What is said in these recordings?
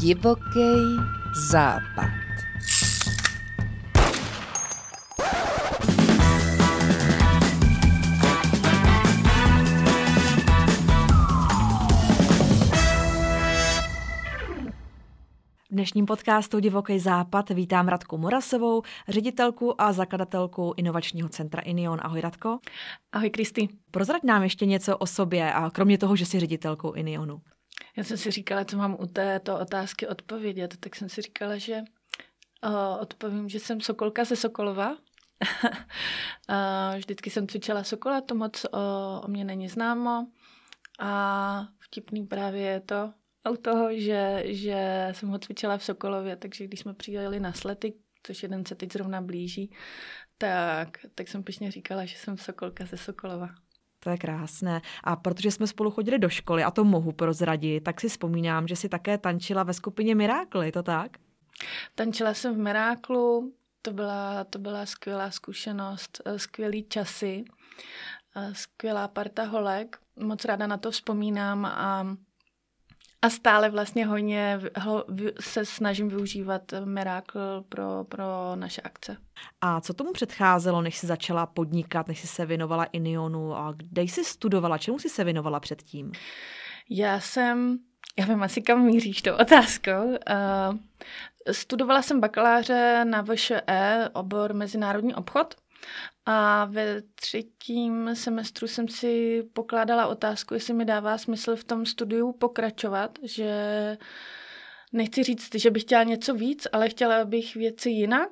Divoký západ. V dnešním podcastu Divoký západ vítám Radku Morasovou, ředitelku a zakladatelku inovačního centra INION. Ahoj Radko. Ahoj Kristý. Prozrať nám ještě něco o sobě a kromě toho, že jsi ředitelkou INIONu. Já jsem si říkala, co mám u této otázky odpovědět, tak jsem si říkala, že odpovím, že jsem sokolka ze Sokolova. Vždycky jsem cvičila sokola, to moc o mě není známo. A vtipný právě je to u toho, že jsem ho cvičila v Sokolově, takže když jsme přijeli na slety, což jeden se teď zrovna blíží, tak jsem pyšně říkala, že jsem sokolka ze Sokolova. To je krásné. A protože jsme spolu chodili do školy, a to mohu prozradit, tak si vzpomínám, že jsi také tančila ve skupině Mirákl, je to tak? Tančila jsem v Miráklu, to byla skvělá zkušenost, skvělý časy, skvělá parta holek. Moc ráda na to vzpomínám a stále vlastně hodně se snažím využívat Mirákl pro naše akce. A co tomu předcházelo, než jsi začala podnikat, než jsi se věnovala INIONu? A kde jsi studovala? Čemu jsi se věnovala předtím? Já vím asi, kam míříš tou otázkou. Studovala jsem bakaláře na VŠE, obor mezinárodní obchod. A ve 3. semestru jsem si pokládala otázku, jestli mi dává smysl v tom studiu pokračovat, že nechci říct, že bych chtěla něco víc, ale chtěla bych věci jinak.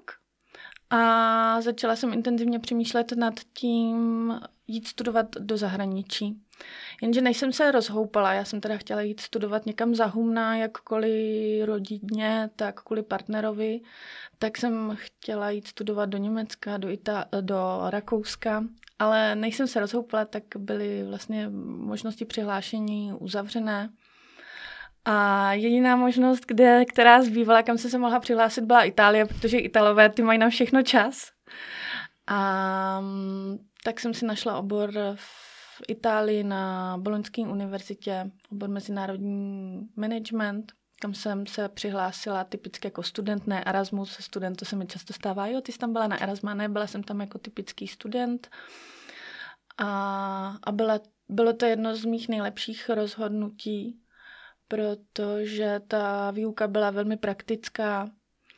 A začala jsem intenzivně přemýšlet nad tím jít studovat do zahraničí. Jenže než jsem se rozhoupala, já jsem teda chtěla jít studovat někam za humna, jak kvůli rodině, tak kvůli partnerovi, tak jsem chtěla jít studovat do Německa, do Rakouska, ale než jsem se rozhoupala, tak byly vlastně možnosti přihlášení uzavřené. A jediná možnost, která zbývala, kam jsem se mohla přihlásit, byla Itálie, protože Italové ty mají na všechno čas. A tak jsem si našla obor v Itálii na Boloňské univerzitě, obor mezinárodní management. Tam jsem se přihlásila typicky jako student, ne Erasmus. Student, to se mi často stává, jo, ty jsi tam byla na Erasmu, ne, byla jsem tam jako typický student. A bylo to jedno z mých nejlepších rozhodnutí, protože ta výuka byla velmi praktická.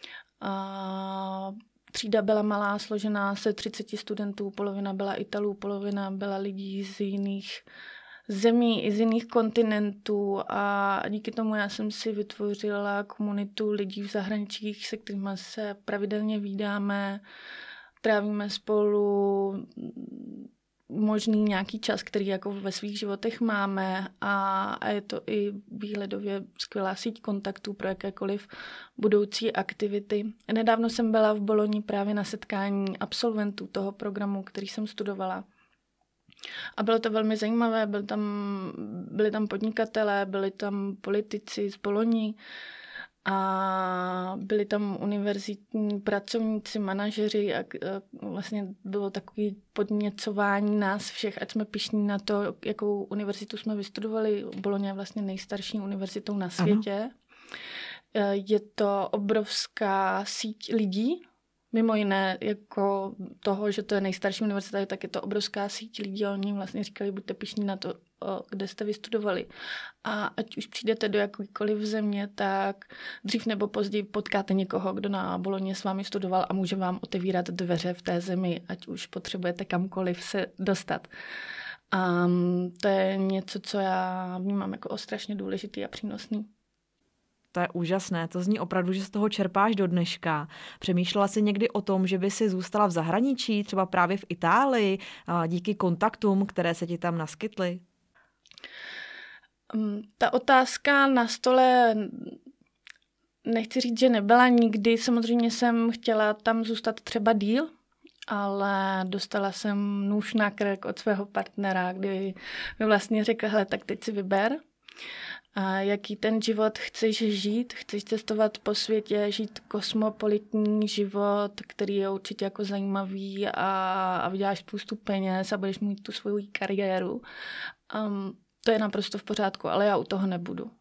A třída byla malá, složená se 30 studentů, polovina byla Italů, polovina byla lidí z jiných zemí i z jiných kontinentů a díky tomu já jsem si vytvořila komunitu lidí v zahraničí, se kterými se pravidelně vídáme, trávíme spolu možný nějaký čas, který jako ve svých životech máme a je to i výhledově skvělá síť kontaktů pro jakékoliv budoucí aktivity. Nedávno jsem byla v Boloni právě na setkání absolventů toho programu, který jsem studovala. A bylo to velmi zajímavé, byli tam podnikatelé, byli tam politici z Boloni a byli tam univerzitní pracovníci, manažeři a vlastně bylo takové podněcování nás všech, ať jsme pyšní na to, jakou univerzitu jsme vystudovali. Bologna je vlastně nejstarší univerzitou na světě. Ano. Je to obrovská síť lidí, mimo jiné, jako toho, že to je nejstarší univerzita, tak je to obrovská síť lidí. Oni vlastně říkali, buďte pyšní na to, kde jste vystudovali. A ať už přijdete do jakýkoliv země, tak dřív nebo později potkáte někoho, kdo na Bologně s vámi studoval a může vám otevírat dveře v té zemi, ať už potřebujete kamkoliv se dostat. A to je něco, co já vnímám jako strašně důležitý a přínosný. To je úžasné, to zní opravdu, že z toho čerpáš do dneška. Přemýšlela jsi někdy o tom, že by si zůstala v zahraničí, třeba právě v Itálii, díky kontaktům, které se ti tam naskytly? Ta otázka na stole, nechci říct, že nebyla nikdy. Samozřejmě jsem chtěla tam zůstat třeba díl, ale dostala jsem nůž na krk od svého partnera, kdy mi vlastně řekl, hele, tak teď si vyber. A jaký ten život chceš žít, chceš cestovat po světě, žít kosmopolitní život, který je určitě jako zajímavý a vyděláš spoustu peněz a budeš mít tu svou kariéru. To je naprosto v pořádku, ale já u toho nebudu.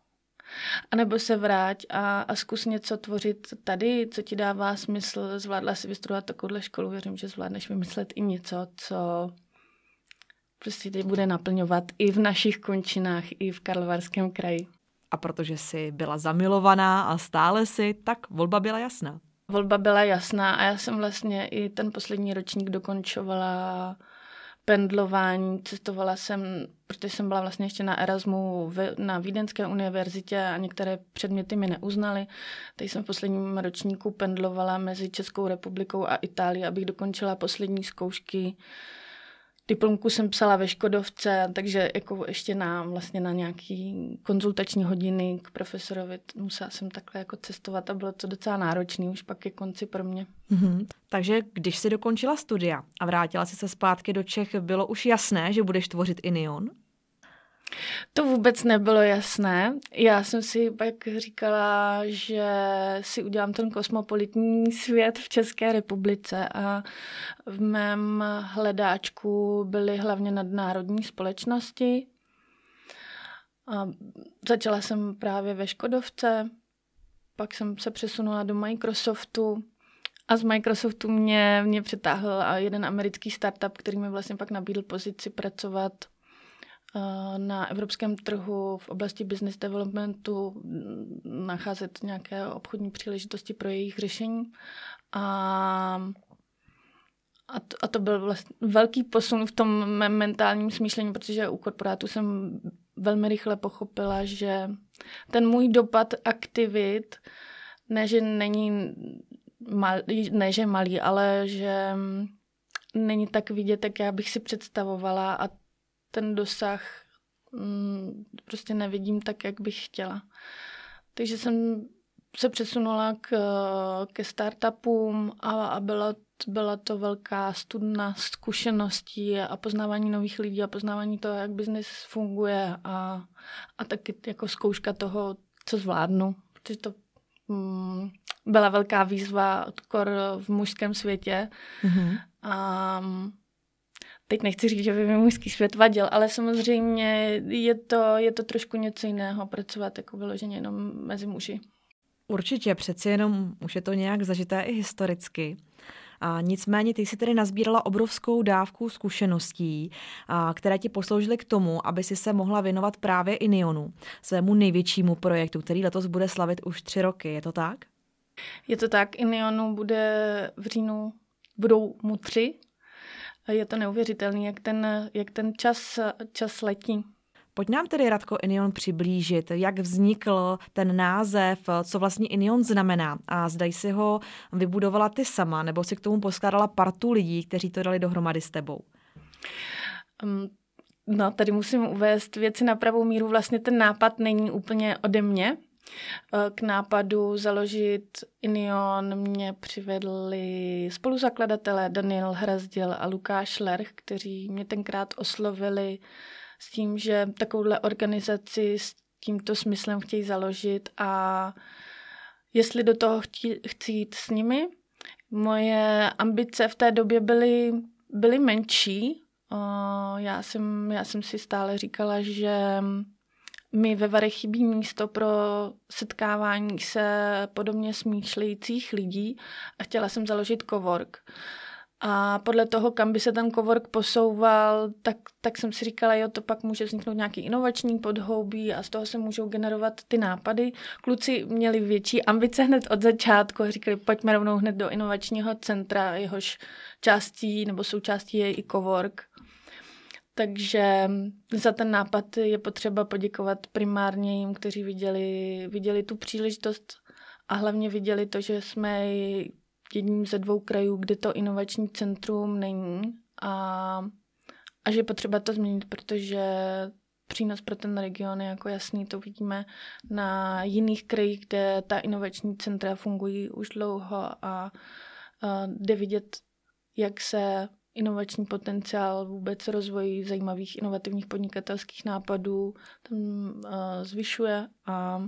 A nebo se vrať a zkus něco tvořit tady, co ti dává smysl. Zvládla si vystudovat takovouhle školu, věřím, že zvládneš vymyslet i něco, co prostě teď bude naplňovat i v našich končinách, i v Karlovarském kraji. A protože jsi byla zamilovaná a stále si, tak volba byla jasná. Volba byla jasná a já jsem vlastně i ten poslední ročník dokončovala pendlování, cestovala jsem, protože jsem byla vlastně ještě na Erasmu na Vídeňské univerzitě a některé předměty mi neuznali. Teď jsem v posledním ročníku pendlovala mezi Českou republikou a Itálií, abych dokončila poslední zkoušky. Diplomku jsem psala ve Škodovce, takže jako ještě vlastně na nějaký konzultační hodiny k profesorovi musela jsem takhle jako cestovat a bylo to docela náročný už pak ke konci pro mě. Takže když jsi dokončila studia a vrátila jsi se zpátky do Čech, bylo už jasné, že budeš tvořit Inion? To vůbec nebylo jasné. Já jsem si pak říkala, že si udělám ten kosmopolitní svět v České republice a v mém hledáčku byly hlavně nadnárodní společnosti. A začala jsem právě ve Škodovce, pak jsem se přesunula do Microsoftu a z Microsoftu mě přitáhl jeden americký startup, který mi vlastně pak nabídl pozici pracovat na evropském trhu v oblasti business developmentu, nacházet nějaké obchodní příležitosti pro jejich řešení. A to byl vlastně velký posun v tom mém mentálním smýšlení, protože u korporátu jsem velmi rychle pochopila, že ten můj dopad aktivit, ne, že je malý, ale že není tak vidět, jak já bych si představovala a ten dosah prostě nevidím tak, jak bych chtěla. Takže jsem se přesunula ke startupům a byla to velká studna zkušeností a poznávání nových lidí a poznávání toho, jak biznis funguje a taky jako zkouška toho, co zvládnu. Protože to byla velká výzva v mužském světě. A teď nechci říct, že by mi mužský svět vadil, ale samozřejmě je to trošku něco jiného pracovat jako vyloženě jenom mezi muži. Určitě, přeci jenom už je to nějak zažité i historicky. A nicméně ty jsi tedy nazbírala obrovskou dávku zkušeností, které ti posloužily k tomu, aby si se mohla věnovat právě Inionu, svému největšímu projektu, který letos bude slavit už 3 roky. Je to tak? Je to tak. Inionu bude v říjnu, budou mu 3. Je to neuvěřitelný, jak ten čas letí. Pojď nám tedy, Radko, Inion přiblížit, jak vznikl ten název, co vlastně Inion znamená a zda jsi ho vybudovala ty sama, nebo si k tomu poskládala partu lidí, kteří to dali dohromady s tebou. No, tady musím uvést věci na pravou míru. Vlastně ten nápad není úplně ode mě. K nápadu založit Inion mě přivedli spoluzakladatelé Daniel Hrazděl a Lukáš Lerch, kteří mě tenkrát oslovili s tím, že takovouhle organizaci s tímto smyslem chtějí založit a jestli do toho chci jít s nimi. Moje ambice v té době byly menší. Já jsem si stále říkala, že mi ve Varech chybí místo pro setkávání se podobně smýšlejících lidí a chtěla jsem založit cowork. A podle toho, kam by se ten cowork posouval, tak jsem si říkala, jo, to pak může vzniknout nějaký inovační podhoubí a z toho se můžou generovat ty nápady. Kluci měli větší ambice hned od začátku a říkali, pojďme rovnou hned do inovačního centra, jehož částí nebo součástí je i cowork. Takže za ten nápad je potřeba poděkovat primárně jim, kteří viděli tu příležitost a hlavně viděli to, že jsme jedním ze 2 krajů, kde to inovační centrum není a že je potřeba to změnit, protože přínos pro ten region je jako jasný, to vidíme na jiných krajích, kde ta inovační centra fungují už dlouho a jde vidět, jak se inovační potenciál vůbec rozvoji zajímavých inovativních podnikatelských nápadů tam zvyšuje a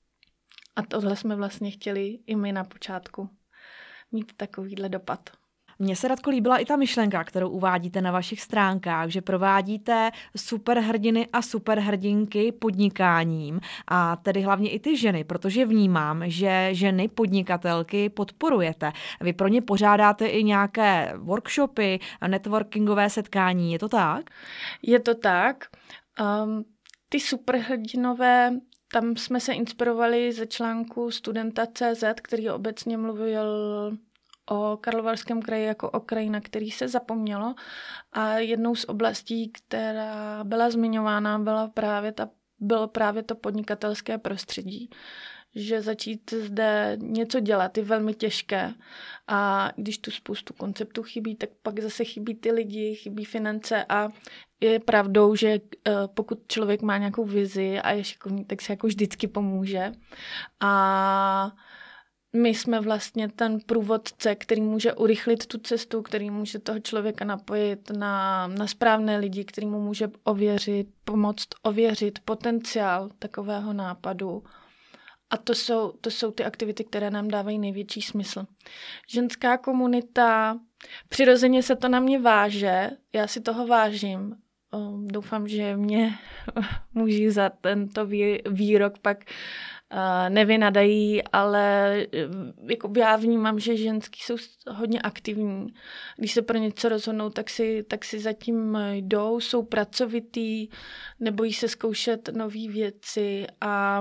tohle jsme vlastně chtěli i my na počátku mít takovýhle dopad. Mně se, Radko, líbila i ta myšlenka, kterou uvádíte na vašich stránkách, že provádíte superhrdiny a superhrdinky podnikáním a tedy hlavně i ty ženy, protože vnímám, že ženy podnikatelky podporujete. Vy pro ně pořádáte i nějaké workshopy, networkingové setkání, je to tak? Je to tak. Ty superhrdinové, tam jsme se inspirovali ze článku Studenta.cz, který obecně mluvil o Karlovarském kraji jako o kraji, na který se zapomnělo. A jednou z oblastí, která byla zmiňována, bylo právě to podnikatelské prostředí. Že začít zde něco dělat je velmi těžké a když tu spoustu konceptů chybí, tak pak zase chybí ty lidi, chybí finance a je pravdou, že pokud člověk má nějakou vizi a je šikovný, tak se jako vždycky pomůže. A my jsme vlastně ten průvodce, který může urychlit tu cestu, který může toho člověka napojit na správné lidi, který mu může pomoct ověřit potenciál takového nápadu. A to jsou ty aktivity, které nám dávají největší smysl. Ženská komunita, přirozeně se to na mě váže, já si toho vážím. Doufám, že mě muži za tento výrok pak nevynadají, ale jako já vnímám, že ženský jsou hodně aktivní. Když se pro něco rozhodnou, tak si zatím jdou, jsou pracovitý, nebojí se zkoušet nové věci a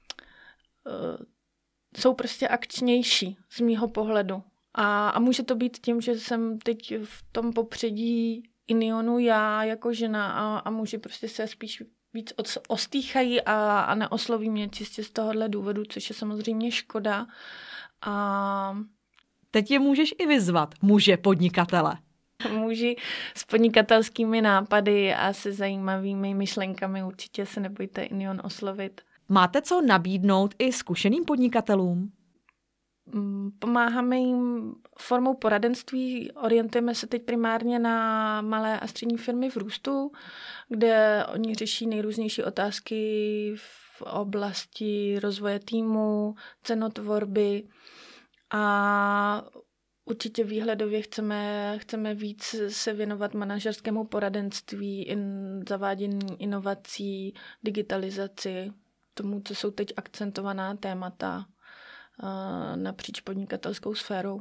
jsou prostě akčnější z mýho pohledu. A může to být tím, že jsem teď v tom popředí Inionu já jako žena a muži prostě se spíš víc ostýchají a neosloví mě čistě z tohohle důvodu, což je samozřejmě škoda. A teď je můžeš i vyzvat, muže podnikatele. Muži s podnikatelskými nápady a se zajímavými myšlenkami určitě se nebojte Inion oslovit. Máte co nabídnout i zkušeným podnikatelům? Pomáháme jim formou poradenství, orientujeme se teď primárně na malé a střední firmy v růstu, kde oni řeší nejrůznější otázky v oblasti rozvoje týmu, cenotvorby a určitě výhledově chceme víc se věnovat manažerskému poradenství, zavádění inovací, digitalizaci, tomu, co jsou teď akcentovaná témata napříč podnikatelskou sférou.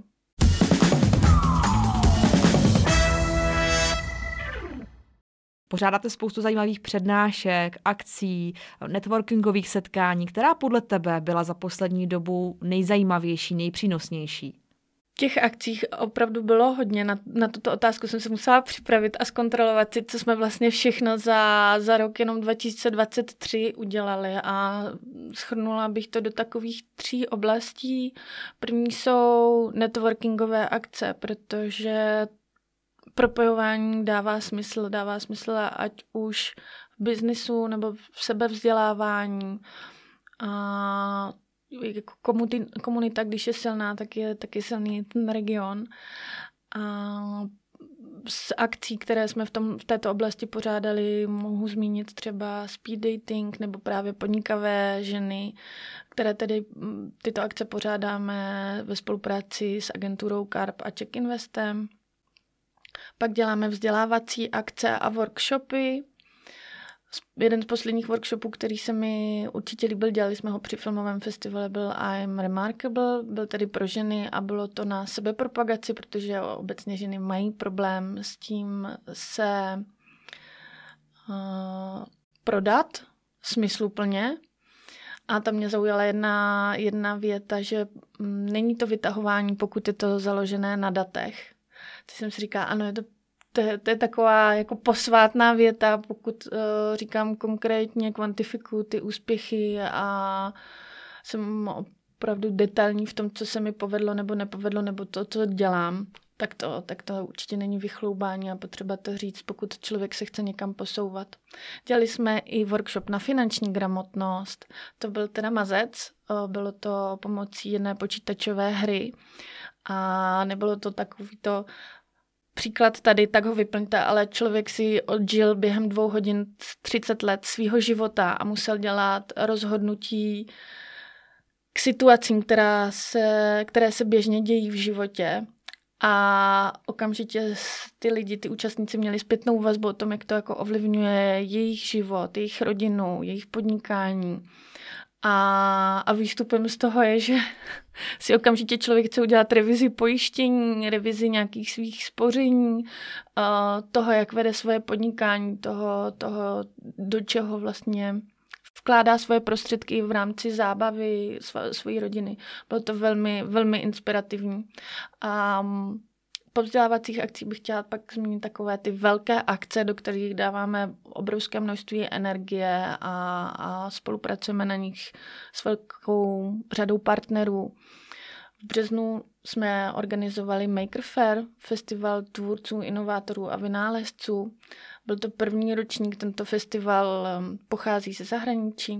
Pořádáte spoustu zajímavých přednášek, akcí, networkingových setkání. Která podle tebe byla za poslední dobu nejzajímavější, nejpřínosnější? Těch akcích opravdu bylo hodně. Na tuto otázku jsem se musela připravit a zkontrolovat si, co jsme vlastně všechno za rok jenom 2023 udělali. A shrnula bych to do takových 3 oblastí. První jsou networkingové akce, protože propojování dává smysl ať už v biznisu nebo v sebevzdělávání. A jako komunita, když je silná, tak je silný ten region. A z akcí, které jsme v této oblasti pořádali, mohu zmínit třeba speed dating nebo právě podnikavé ženy, které tedy tyto akce pořádáme ve spolupráci s agenturou Carp a Czech Investem. Pak děláme vzdělávací akce a workshopy. Jeden z posledních workshopů, který se mi určitě líbil, dělali jsme ho při filmovém festivale, byl I'm Remarkable, byl tedy pro ženy a bylo to na sebepropagaci, protože obecně ženy mají problém s tím se prodat smysluplně. A tam mě zaujala jedna věta, že není to vytahování, pokud je to založené na datech. Teď jsem si říká, ano, to je taková jako posvátná věta, pokud říkám konkrétně, kvantifikuju ty úspěchy a jsem opravdu detailní v tom, co se mi povedlo nebo nepovedlo, nebo to, co dělám, tak to určitě není vychloubání a potřeba to říct, pokud člověk se chce někam posouvat. Dělali jsme i workshop na finanční gramotnost, to byl teda mazec, bylo to pomocí jedné počítačové hry a nebylo to takový to příklad tady, tak ho vyplňte, ale člověk si odžil během 2 hodin 30 let svýho života a musel dělat rozhodnutí k situacím, které se běžně dějí v životě. A okamžitě ty lidi, ty účastníci měli zpětnou vazbu o tom, jak to jako ovlivňuje jejich život, jejich rodinu, jejich podnikání. A výstupem z toho je, že si okamžitě člověk chce udělat revizi pojištění, revizi nějakých svých spoření, toho, jak vede svoje podnikání, toho do čeho vlastně vkládá svoje prostředky v rámci zábavy své rodiny. Bylo to velmi, velmi inspirativní. A po vzdělávacích akcích bych chtěla pak zmínit takové ty velké akce, do kterých dáváme obrovské množství energie a spolupracujeme na nich s velkou řadou partnerů. V březnu jsme organizovali Maker Fair, festival tvůrců, inovátorů a vynálezců. Byl to první ročník, tento festival pochází ze zahraničí.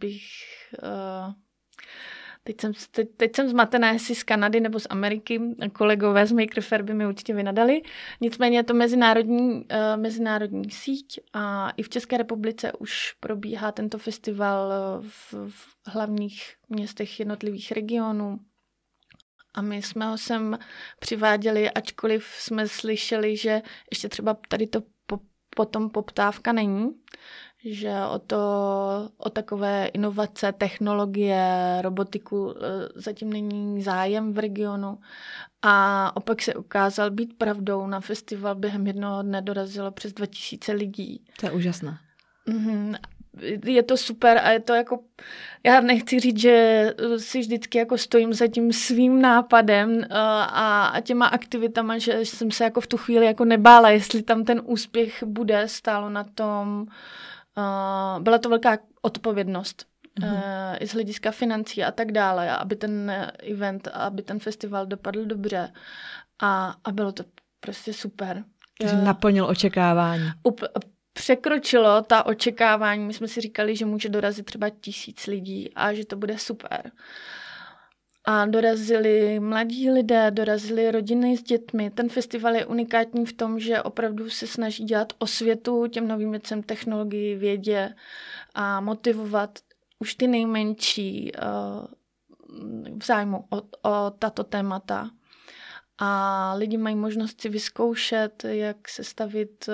Teď jsem zmatená, jestli z Kanady nebo z Ameriky. Kolegové z Maker Fair by mi určitě vynadali. Nicméně je to mezinárodní síť a i v České republice už probíhá tento festival v hlavních městech jednotlivých regionů. A my jsme ho sem přiváděli, ačkoliv jsme slyšeli, že ještě třeba tady to potom poptávka není, že o takové inovace, technologie, robotiku zatím není zájem v regionu. A opak se ukázal být pravdou. Na festival během jednoho dne dorazilo přes 2000 lidí. To je úžasné. Je to super a je to jako, já nechci říct, že si vždycky jako stojím za tím svým nápadem a těma aktivitama, že jsem se jako v tu chvíli jako nebála, jestli tam ten úspěch bude, stálo na tom. Byla to velká odpovědnost i z hlediska financí a tak dále, aby ten event, aby ten festival dopadl dobře a bylo to prostě super. Naplnil očekávání. Překročilo ta očekávání. My jsme si říkali, že může dorazit třeba 1000 lidí a že to bude super. A dorazili mladí lidé, dorazili rodiny s dětmi. Ten festival je unikátní v tom, že opravdu se snaží dělat osvětu těm novým věcem, technologii, vědě a motivovat už ty nejmenší v zájmu o tato témata. A lidi mají možnost si vyzkoušet, jak sestavit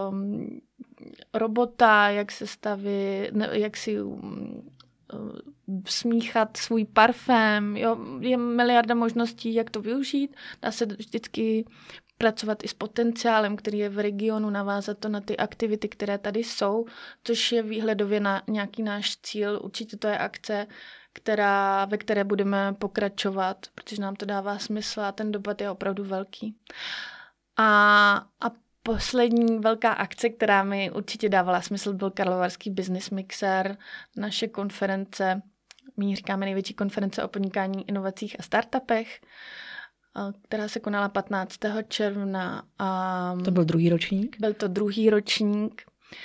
robota, jak si smíchat svůj parfém. Jo, je miliarda možností, jak to využít. Dá se vždycky pracovat i s potenciálem, který je v regionu, navázat to na ty aktivity, které tady jsou, což je výhledově na nějaký náš cíl. Určitě to je akce, ve které budeme pokračovat, protože nám to dává smysl a ten dopad je opravdu velký. A poslední velká akce, která mi určitě dávala smysl, byl Karlovarský business mixer, naše konference, my ji říkáme největší konference o podnikání, inovacích a startupech, která se konala 15. června. To byl druhý ročník? Byl to druhý ročník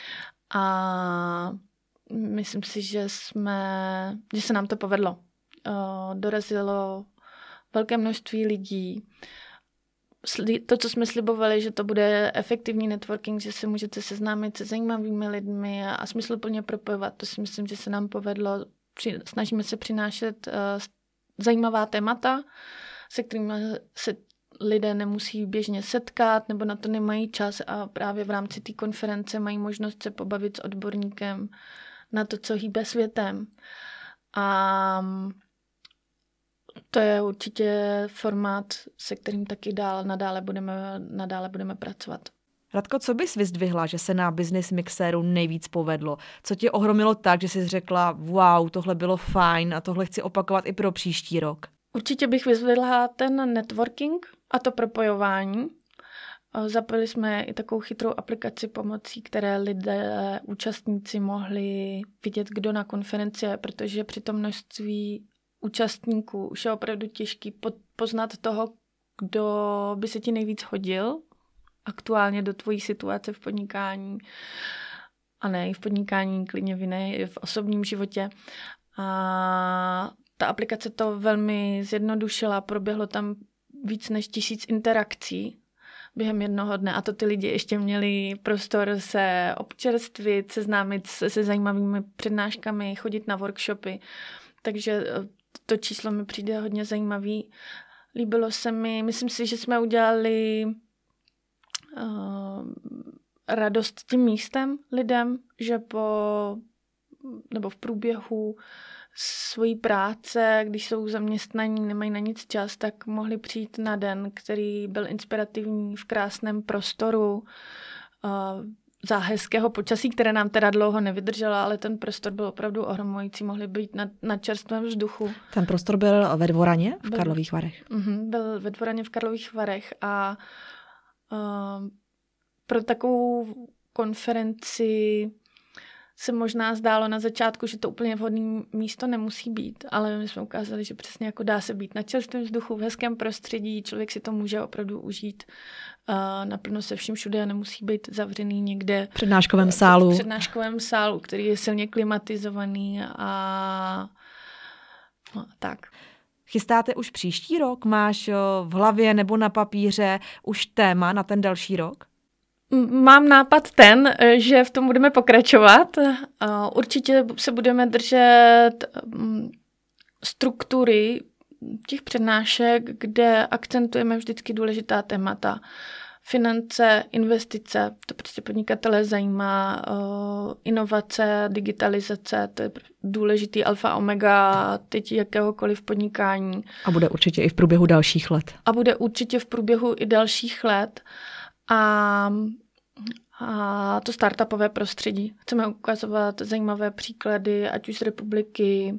a myslím si, že se nám to povedlo. Dorazilo velké množství lidí. To, co jsme slibovali, že to bude efektivní networking, že se můžete seznámit se zajímavými lidmi a smysluplně propojovat, to si myslím, že se nám povedlo. Snažíme se přinášet zajímavá témata, se kterými se lidé nemusí běžně setkat nebo na to nemají čas a právě v rámci té konference mají možnost se pobavit s odborníkem na to, co hýbe světem. A to je určitě formát, se kterým taky nadále budeme pracovat. Radko, co bys vyzdvihla, že se na Business Mixeru nejvíc povedlo? Co tě ohromilo tak, že jsi řekla, wow, tohle bylo fajn a tohle chci opakovat i pro příští rok? Určitě bych vyzdvihla ten networking a to propojování. Zapojili jsme i takovou chytrou aplikaci, pomocí které lidé, účastníci mohli vidět, kdo na konferenci je, protože při tom množství účastníků už je opravdu těžký poznat toho, kdo by se ti nejvíc hodil aktuálně do tvojí situace v podnikání a ne i v podnikání, klidně v osobním životě. A ta aplikace to velmi zjednodušila, proběhlo tam víc než 1000 interakcí během jednoho dne a to ty lidi ještě měli prostor se občerstvit, seznámit se zajímavými přednáškami, chodit na workshopy. Takže to číslo mi přijde hodně zajímavý. Líbilo se mi, myslím si, že jsme udělali radost tím místem lidem, že nebo v průběhu svojí práce, když jsou zaměstnaní, nemají na nic čas, tak mohli přijít na den, který byl inspirativní v krásném prostoru za hezkého počasí, které nám teda dlouho nevydrželo, ale ten prostor byl opravdu ohromující, mohli být na čerstvém vzduchu. Ten prostor byl ve Dvoraně v Karlových Varech? Byl ve Dvoraně v Karlových Varech a pro takovou konferenci se možná zdálo na začátku, že to úplně vhodné místo nemusí být, ale my jsme ukázali, že přesně jako dá se být na čerstvém vzduchu, v hezkém prostředí, člověk si to může opravdu užít naplno se vším všude a nemusí být zavřený někde v přednáškovém sálu. V přednáškovém sálu, který je silně klimatizovaný a tak. Chystáte už příští rok? Máš v hlavě nebo na papíře už téma na ten další rok? Mám nápad že v tom budeme pokračovat. Určitě se budeme držet struktury těch přednášek, kde akcentujeme vždycky důležitá témata. Finance, investice, to prostě podnikatele zajímá, inovace, digitalizace, to je důležitý alfa omega teď jakéhokoliv podnikání. A bude určitě i v průběhu dalších let. A bude určitě v průběhu i dalších let. A to startupové prostředí. Chceme ukazovat zajímavé příklady, ať už z republiky,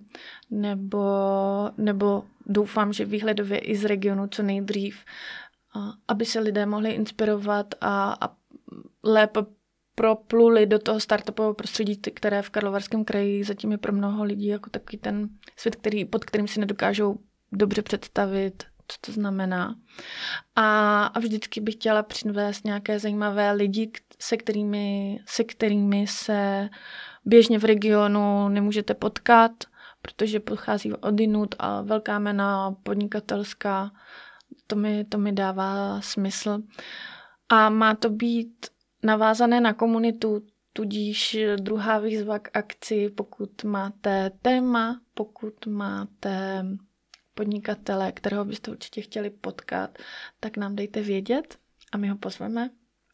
nebo doufám, že výhledově i z regionu co nejdřív, aby se lidé mohli inspirovat a lépe propluli do toho startupového prostředí, které v Karlovarském kraji zatím je pro mnoho lidí jako takový ten svět, pod kterým si nedokážou dobře představit, co to znamená. A vždycky bych chtěla přivést nějaké zajímavé lidi, se kterými se běžně v regionu nemůžete potkat, protože pochází odjinud a velká jména podnikatelská. To mi dává smysl. A má to být navázané na komunitu, tudíž druhá výzva k akci, pokud máte téma, pokud máte podnikatele, kterého byste určitě chtěli potkat, tak nám dejte vědět a my ho pozveme.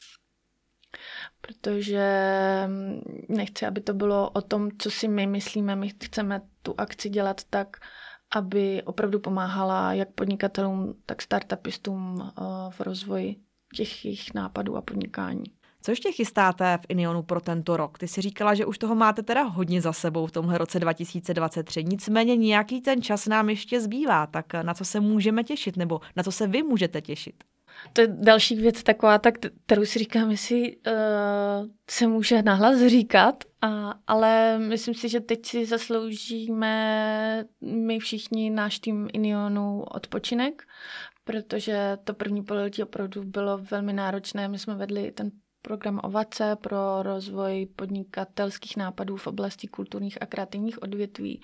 Protože nechci, aby to bylo o tom, co si my myslíme. My chceme tu akci dělat tak, aby opravdu pomáhala jak podnikatelům, tak startupistům v rozvoji těch jejich nápadů a podnikání. Co ještě chystáte v Inionu pro tento rok? Ty jsi říkala, že už toho máte teda hodně za sebou v tomhle roce 2023. Nicméně nějaký ten čas nám ještě zbývá. Tak na co se můžeme těšit? Nebo na co se vy můžete těšit? To je další věc taková, kterou si říkám, jestli se může nahlas říkat, ale myslím si, že teď si zasloužíme my všichni, náš tým Inionu, odpočinek, protože to první pololetí opravdu bylo velmi náročné. My jsme vedli ten program Ovace pro rozvoj podnikatelských nápadů v oblasti kulturních a kreativních odvětví.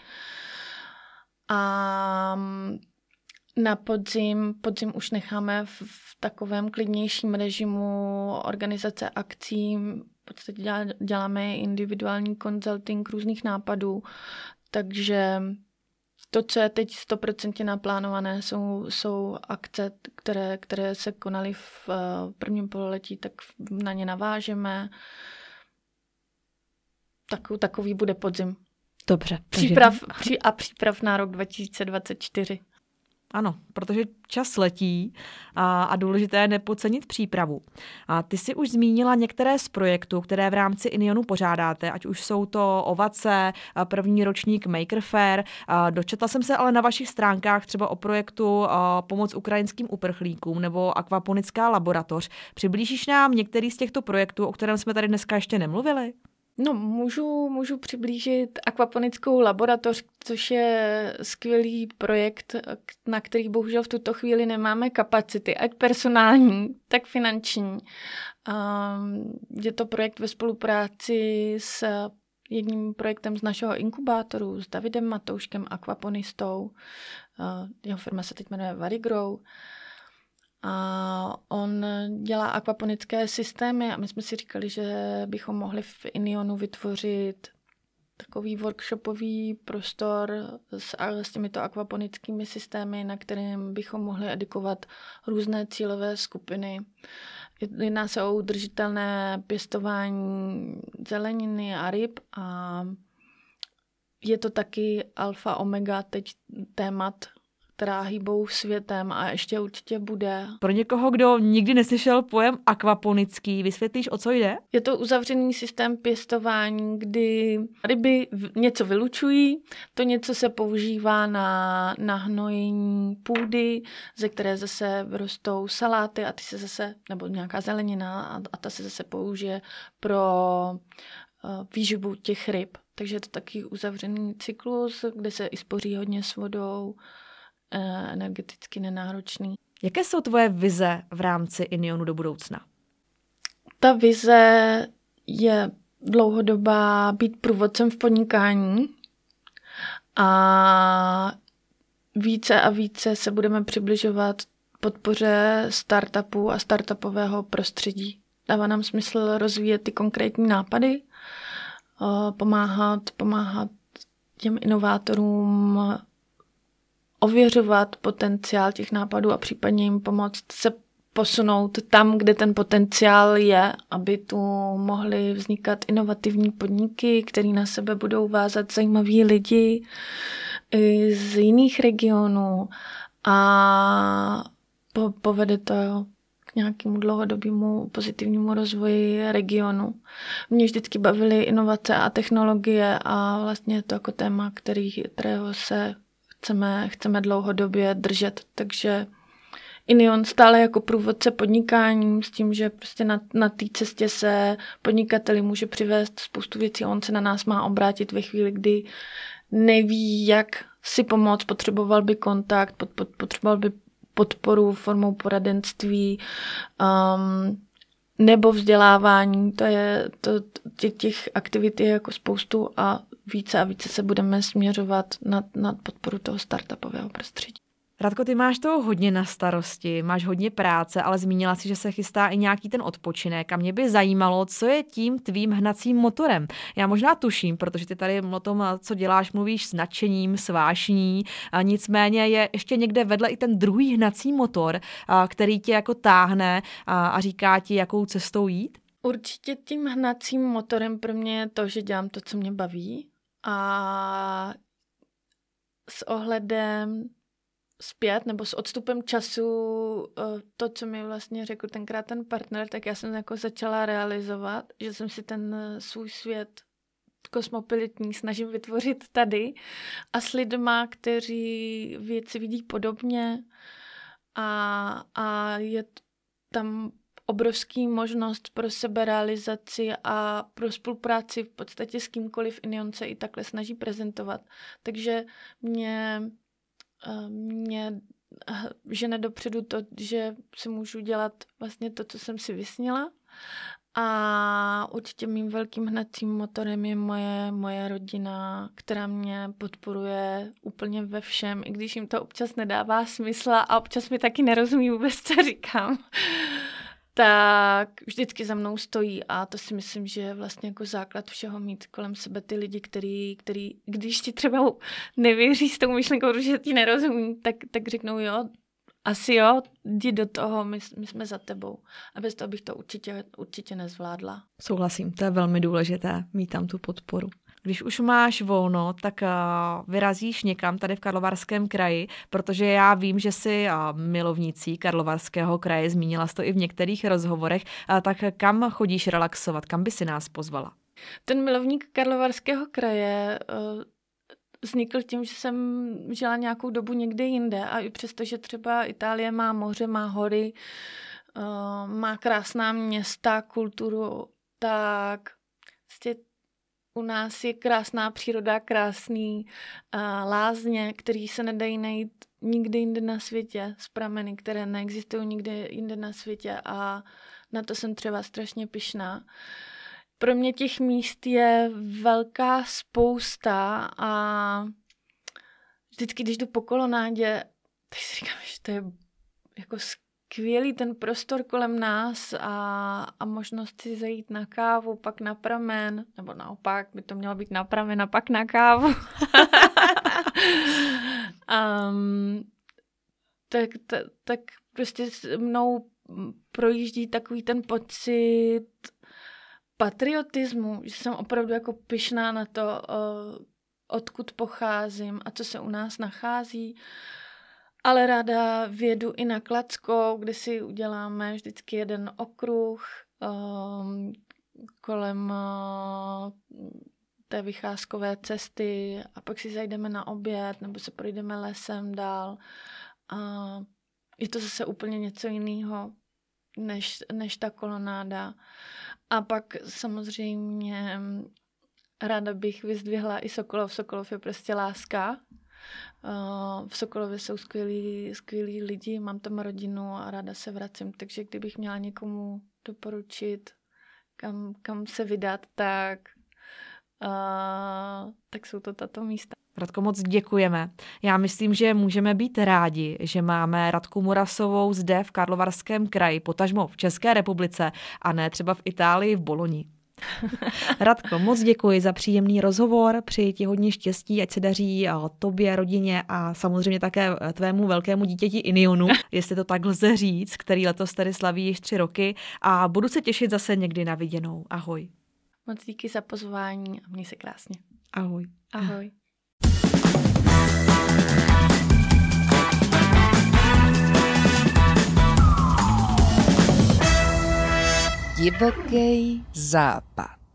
A na podzim už necháme v takovém klidnějším režimu organizace akcí. V podstatě děláme individuální consulting různých nápadů, takže to, co je teď 100% naplánované, jsou akce, které se konaly v prvním pololetí, tak na ně navážeme. Takový bude podzim. Dobře. Příprav na rok 2024. Ano, protože čas letí a důležité je nepodcenit přípravu. A ty jsi už zmínila některé z projektů, které v rámci Inionu pořádáte, ať už jsou to Ovace, první ročník Maker Faire. Dočetla jsem se ale na vašich stránkách třeba o projektu Pomoc ukrajinským uprchlíkům nebo Akvaponická laboratoř. Přiblížíš nám některý z těchto projektů, o kterém jsme tady dneska ještě nemluvili? No, můžu přiblížit Akvaponickou laboratoř, což je skvělý projekt, na který bohužel v tuto chvíli nemáme kapacity, ať personální, tak finanční. Je to projekt ve spolupráci s jedním projektem z našeho inkubátoru, s Davidem Matouškem, akvaponistou. Jeho firma se teď jmenuje Varigrow. A on dělá akvaponické systémy a my jsme si říkali, že bychom mohli v Inionu vytvořit takový workshopový prostor s těmito akvaponickými systémy, na kterém bychom mohli edukovat různé cílové skupiny. Jedná se o udržitelné pěstování zeleniny a ryb a je to taky alfa omega teď témat, která hýbou světem a ještě určitě bude. Pro někoho, kdo nikdy neslyšel pojem akvaponický, vysvětlíš, o co jde? Je to uzavřený systém pěstování, kdy ryby něco vylučují, to něco se používá na hnojení půdy, ze které zase rostou saláty a ty se zase, nebo nějaká zelenina a ta se zase použije pro výživu těch ryb. Takže je to taky uzavřený cyklus, kde se i spoří hodně s vodou, energeticky nenáročný. Jaké jsou tvoje vize v rámci Inionu do budoucna? Ta vize je dlouhodobá být průvodcem v podnikání a více a více se budeme přibližovat podpoře startupů a startupového prostředí. Dává nám smysl rozvíjet ty konkrétní nápady, pomáhat těm inovátorům ověřovat potenciál těch nápadů a případně jim pomoct se posunout tam, kde ten potenciál je, aby tu mohly vznikat inovativní podniky, které na sebe budou vázat zajímaví lidi z jiných regionů a povede to k nějakému dlouhodobému pozitivnímu rozvoji regionu. Mě vždycky bavily inovace a technologie a vlastně je to jako téma, kterého se chceme dlouhodobě držet, takže Inion stále jako průvodce podnikání s tím, že prostě na té cestě se podnikateli může přivést spoustu věcí a on se na nás má obrátit ve chvíli, kdy neví, jak si pomoct, potřeboval by kontakt, potřeboval by podporu formou poradenství nebo vzdělávání. Těch aktivit je jako spoustu a více se budeme směřovat na podporu toho startupového prostředí. Radko, ty máš toho hodně na starosti, máš hodně práce, ale zmínila si, že se chystá i nějaký ten odpočinek a mě by zajímalo, co je tím tvým hnacím motorem. Já možná tuším, protože ty tady o tom, co děláš, mluvíš s nadšením, s vášní, a nicméně je ještě někde vedle i ten druhý hnací motor, který tě jako táhne a říká ti, jakou cestou jít? Určitě tím hnacím motorem pro mě je to, že dělám to, co mě baví a s ohledem zpět nebo s odstupem času to, co mi vlastně řekl tenkrát ten partner, tak já jsem jako začala realizovat, že jsem si ten svůj svět kosmopolitní snažím vytvořit tady a s lidma, kteří věci vidí podobně a je tam obrovský možnost pro seberealizaci a pro spolupráci v podstatě s kýmkoliv. Inion se i takhle snaží prezentovat. Takže mě žene dopředu to, že si můžu dělat vlastně to, co jsem si vysnila. A určitě mým velkým hnacím motorem je moje rodina, která mě podporuje úplně ve všem, i když jim to občas nedává smysl a občas mi taky nerozumí vůbec, co říkám. Tak vždycky za mnou stojí a to si myslím, že je vlastně jako základ všeho mít kolem sebe ty lidi, který když ti třeba nevěří s tou myšlenkou, že ti nerozumí, tak řeknou jo, asi jo, jdi do toho, my jsme za tebou. A bez toho bych to určitě nezvládla. Souhlasím, to je velmi důležité, mít tam tu podporu. Když už máš volno, tak vyrazíš někam tady v Karlovarském kraji, protože já vím, že jsi milovnicí Karlovarského kraje, zmínila jsi to i v některých rozhovorech, tak kam chodíš relaxovat, kam by si nás pozvala? Ten milovník Karlovarského kraje vznikl tím, že jsem žila nějakou dobu někde jinde a i přesto, že třeba Itálie má moře, má hory, má krásná města, kulturu, tak u nás je krásná příroda, krásný lázně, který se nedají najít nikde jinde na světě, z prameny, které neexistují nikde jinde na světě a na to jsem třeba strašně pyšná. Pro mě těch míst je velká spousta a vždycky, když jdu po kolonádě, tak si říkám, že to je jako skvělý ten prostor kolem nás a možnost si zajít na kávu, pak na pramen, nebo naopak by to mělo být na pramen a pak na kávu. Tak prostě s mnou projíždí takový ten pocit patriotismu, že jsem opravdu jako pyšná na to, odkud pocházím a co se u nás nachází. Ale ráda vědu i na Kladskou, kde si uděláme vždycky jeden okruh kolem té vycházkové cesty a pak si zajdeme na oběd nebo se projdeme lesem dál. A je to zase úplně něco jiného než ta kolonáda. A pak samozřejmě ráda bych vyzdvihla i Sokolov. Sokolov je prostě láska. V Sokolově jsou skvělí lidi, mám tam rodinu a ráda se vracím, takže kdybych měla někomu doporučit, kam se vydat, tak jsou to tato místa. Radko, moc děkujeme. Já myslím, že můžeme být rádi, že máme Radku Murasovou zde v Karlovarském kraji, potažmo v České republice a ne třeba v Itálii v Boloni. Radko, moc děkuji za příjemný rozhovor, přeji ti hodně štěstí, ať se daří tobě, rodině a samozřejmě také tvému velkému dítěti Inionu, jestli to tak lze říct, který letos tady slaví již 3 roky a budu se těšit zase někdy na viděnou. Ahoj. Moc díky za pozvání a měj se krásně. Ahoj. Ahoj. Divoký západ.